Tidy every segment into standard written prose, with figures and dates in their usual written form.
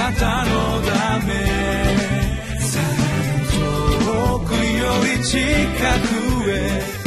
なたのため遠くより近くへ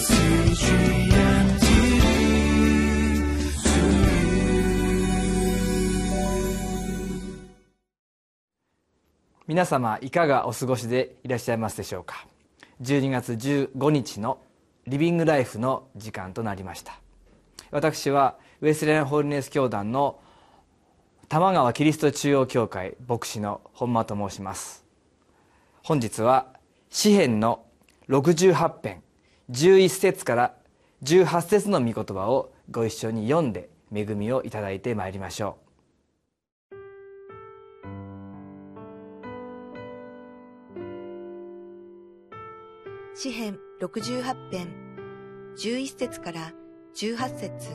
皆様いかがお過ごしでいらっしゃいますでしょうか。12月15日のリビングライフの時間となりました。私はウェスレンホールネス教団の玉川キリスト中央教会牧師の本間と申します。本日は詩編の68編11節から18節の御言葉をご一緒に読んで恵みをいただいてまいりましょう。 詩編68編11節から18節。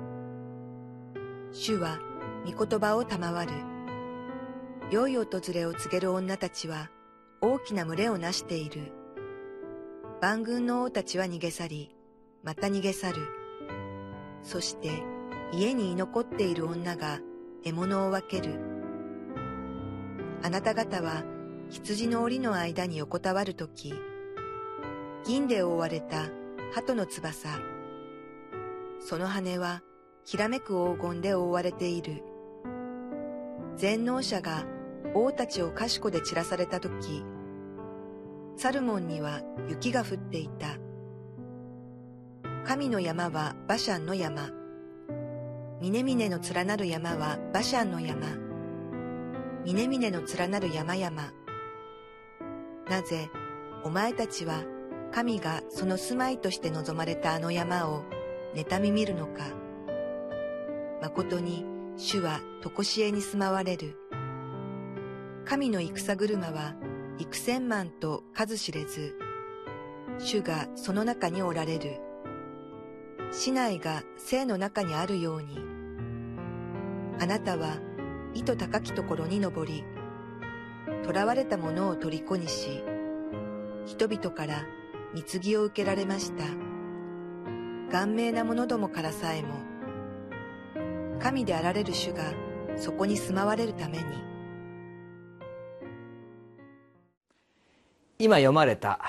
主は御言葉を賜る。良い訪れを告げる女たちは大きな群れをなしている。万軍の王たちは逃げ去り、また逃げ去る。そして家に居残っている女が獲物を分ける。あなた方は羊の檻の間に横たわるとき、銀で覆われた鳩の翼。その羽はきらめく黄金で覆われている。全能者が王たちを賢で散らされたとき、サルモンには雪が降っていた。神の山はバシャンの山。峰々の連なる山はバシャンの山。峰々の連なる山々。なぜお前たちは神がその住まいとして望まれたあの山を妬み見るのか。まことに主は常しえに住まわれる。神の戦車は幾千万と数知れず、主がその中におられる。市内が生の中にあるように。あなたは糸高きところに登り、囚われた者を虜にし、人々から貢ぎを受けられました。顔面な者どもからさえも、神であられる主がそこに住まわれるために。 今読まれた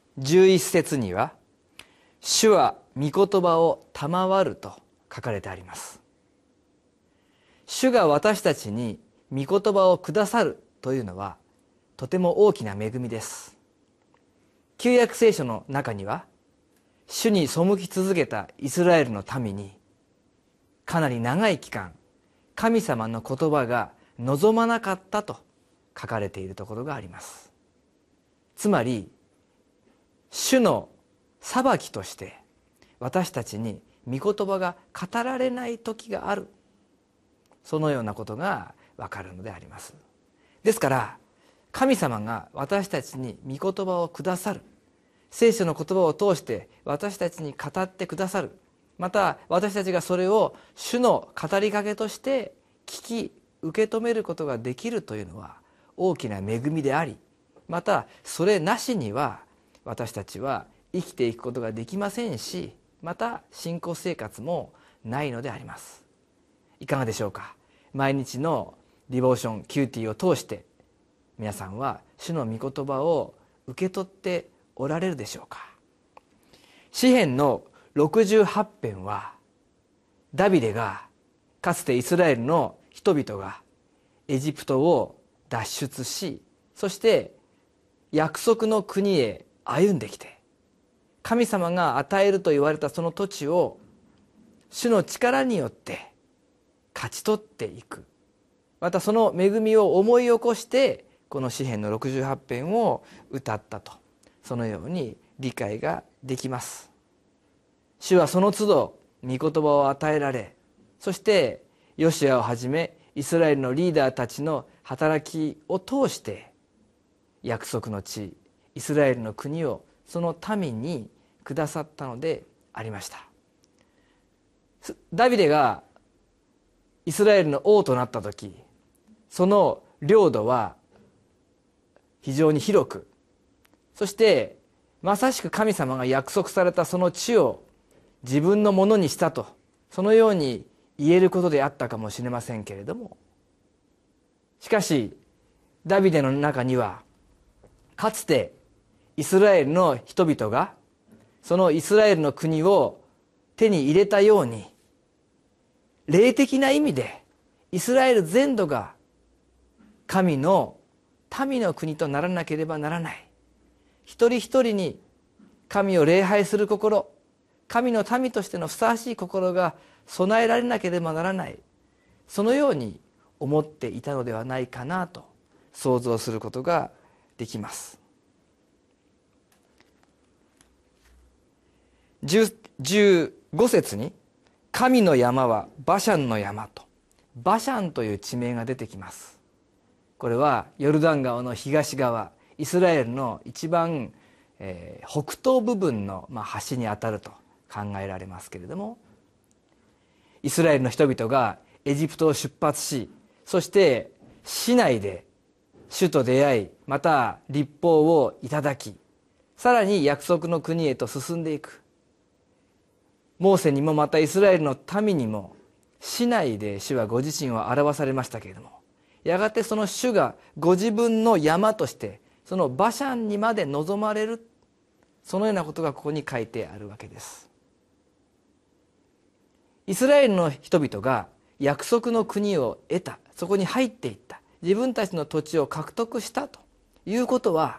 11節には、主は御言葉を賜ると書かれてあります。主が私たちに御言葉をくださるというのはとても大きな恵みです。旧約聖書の中には、主に背き続けたイスラエルの民にかなり長い期間神様の言葉が望まなかったと書かれているところがあります。つまり主の裁きとして私たちに御言葉が語られない時がある、そのようなことがわかるのであります。ですから神様が私たちに御言葉をくださる、聖書の言葉を通して私たちに語ってくださる、また私たちがそれを主の語りかけとして聞き受け止めることができるというのは大きな恵みであり、またそれなしには私たちは生きていくことができませんし、また信仰生活もないのであります。いかがでしょうか。毎日のディボーションキューティーを通して皆さんは主の御言葉を受け取っておられるでしょうか。詩編の68編はダビデがかつてイスラエルの人々がエジプトを脱出し、そして約束の国へ歩んできて、神様が与えると言われたその土地を主の力によって勝ち取っていく、またその恵みを思い起こしてこの詩編の68編を歌ったと、そのように理解ができます。主はその都度御言葉を与えられ、そしてヨシュアをはじめイスラエルのリーダーたちの働きを通して約束の地イスラエルの国をその民にくださったのでありました。ダビデがイスラエルの王となった時、その領土は非常に広く、そしてまさしく神様が約束されたその地を自分のものにしたと、そのように言えることであったかもしれませんけれども、 しかしダビデの中には、かつてイスラエルの人々がそのイスラエルの国を手に入れたように、霊的な意味でイスラエル全土が神の民の国とならなければならない、一人一人に神を礼拝する心、神の民としてのふさわしい心が備えられなければならない、そのように思っていたのではないかなと想像することができます。15節に神の山はバシャンの山と、バシャンという地名が出てきます。これはヨルダン川の東側、イスラエルの一番、北東部分の、端にあたると考えられますけれども、イスラエルの人々がエジプトを出発し、そして市内で主と出会い、また律法をいただき、さらに約束の国へと進んでいく。モーセにもまたイスラエルの民にも市内で主はご自身を表されましたけれども、やがてその主がご自分の山としてそのバシャンにまで望まれる、そのようなことがここに書いてあるわけです。イスラエルの人々が約束の国を得た、そこに入っていった、自分たちの土地を獲得したということは、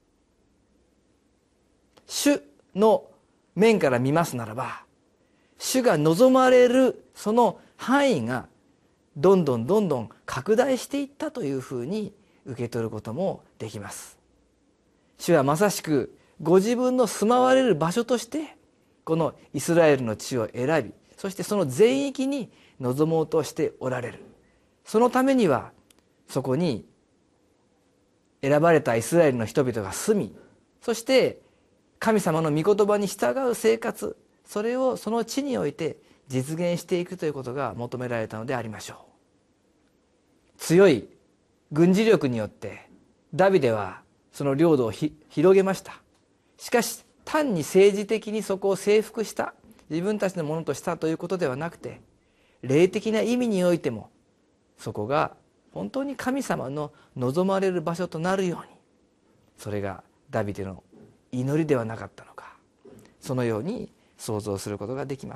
主の面から見ますならば、主が望まれるその範囲がどんどん拡大していったというふうに受け取ることもできます。主はまさしくご自分の住まわれる場所としてこのイスラエルの地を選び、そしてその全域に臨もうとしておられる。そのためにはそこに選ばれたイスラエルの人々が住み、そして神様の御言葉に従う生活、それをその地において実現していくということが求められたのでありましょう。強い軍事力によってダビデはその領土を広げました。しかし単に政治的にそこを征服した、自分たちのものとしたということではなくて、霊的な意味においてもそこが本当に神様の望まれる場所となるように、それがダビデの祈りではなかったのか、そのように想像することができます。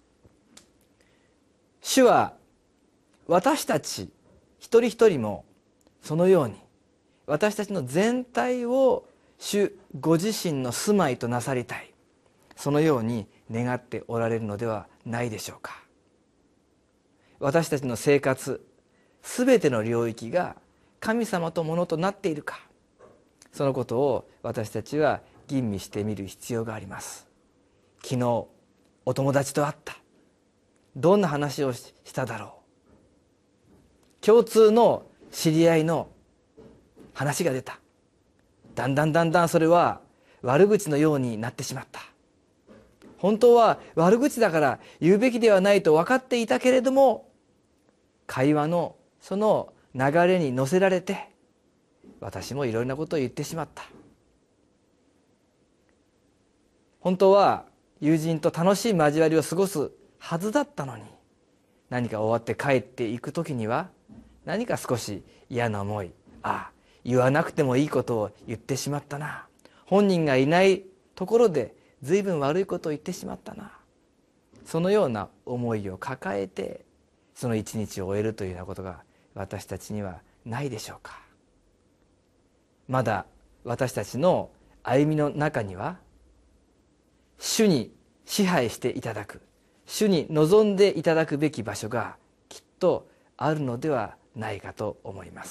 主は私たち一人一人もそのように、私たちの全体を主ご自身の住まいとなさりたい、そのように願っておられるのではないでしょうか。私たちの生活すべての領域が神様とものとなっているか、そのことを私たちは吟味してみる必要があります。昨日お友達と会った、どんな話をしただろう、共通の知り合いの話が出た。だんだんそれは悪口のようになってしまった。本当は悪口だから言うべきではないと分かっていたけれども、会話のその流れに乗せられて私もいろいろなことを言ってしまった。本当は友人と楽しい交わりを過ごすはずだったのに、何か終わって帰っていく時には何か少し嫌な思い、言わなくてもいいことを言ってしまったな、本人がいないところで随分悪いことを言ってしまったな、そのような思いを抱えてその一日を終えるというようなことが私たちにはないでしょうか。まだ私たちの歩みの中には主に支配していただく、主に望んでいただくべき場所がきっとあるのではないかと思います。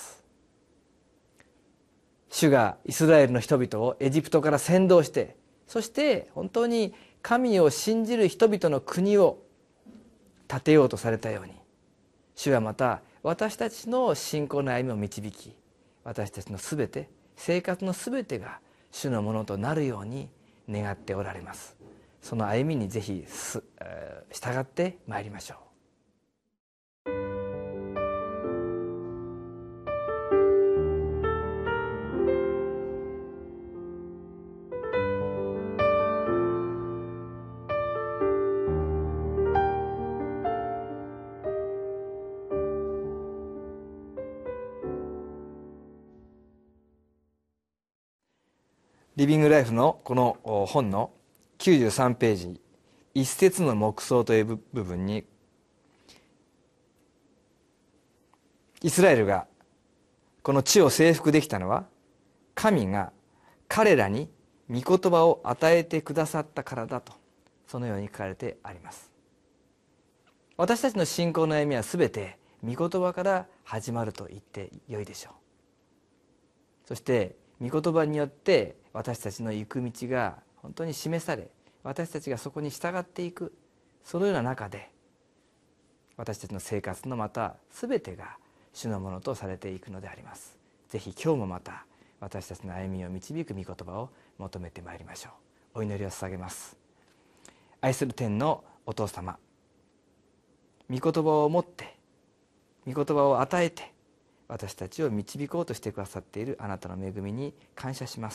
主がイスラエルの人々をエジプトから先導して、そして本当に神を信じる人々の国を建てようとされたように、主はまた私たちの信仰の歩みを導き、私たちのすべて、生活のすべてが主のものとなるように願っておられます。その歩みにぜひ従ってまいりましょう。 リビングライフのこの本の93ページ一節の黙想という部分に、イスラエルがこの地を征服できたのは神が彼らに御言葉を与えてくださったからだと、そのように書かれてあります。私たちの信仰の歩みはすべて御言葉から始まると言ってよいでしょう。そして御言葉によって私たちの行く道が本当に示され、私たちがそこに従っていく、そのような中で私たちの生活のまた全てが主のものとされていくのであります。ぜひ今日もまた私たちの歩みを導く御言葉を求めてまいりましょう。お祈りを捧げます。愛する天のお父様、御言葉を持って御言葉を与えて私たちを導こうとしてくださっているあなたの恵みに感謝します。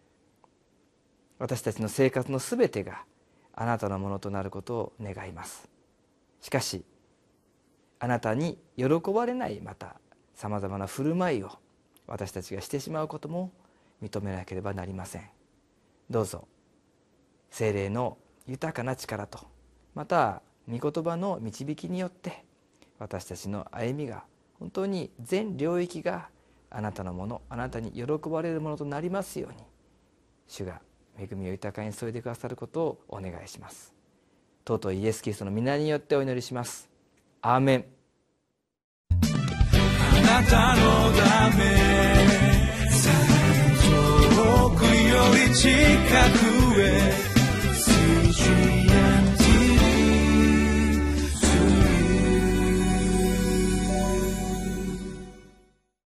私たちの生活のすべてがあなたのものとなることを願います。しかしあなたに喜ばれないまたさまざまな振る舞いを私たちがしてしまうことも認めなければなりません。どうぞ聖霊の豊かな力とまた御言葉の導きによって私たちの歩みが本当に全領域があなたのもの、あなたに喜ばれるものとなりますように、主が恵みを豊かに注いでくださることをお願いします。尊いイエス・キリストの皆によってお祈りします。アーメン。 あなたのため遠くより近く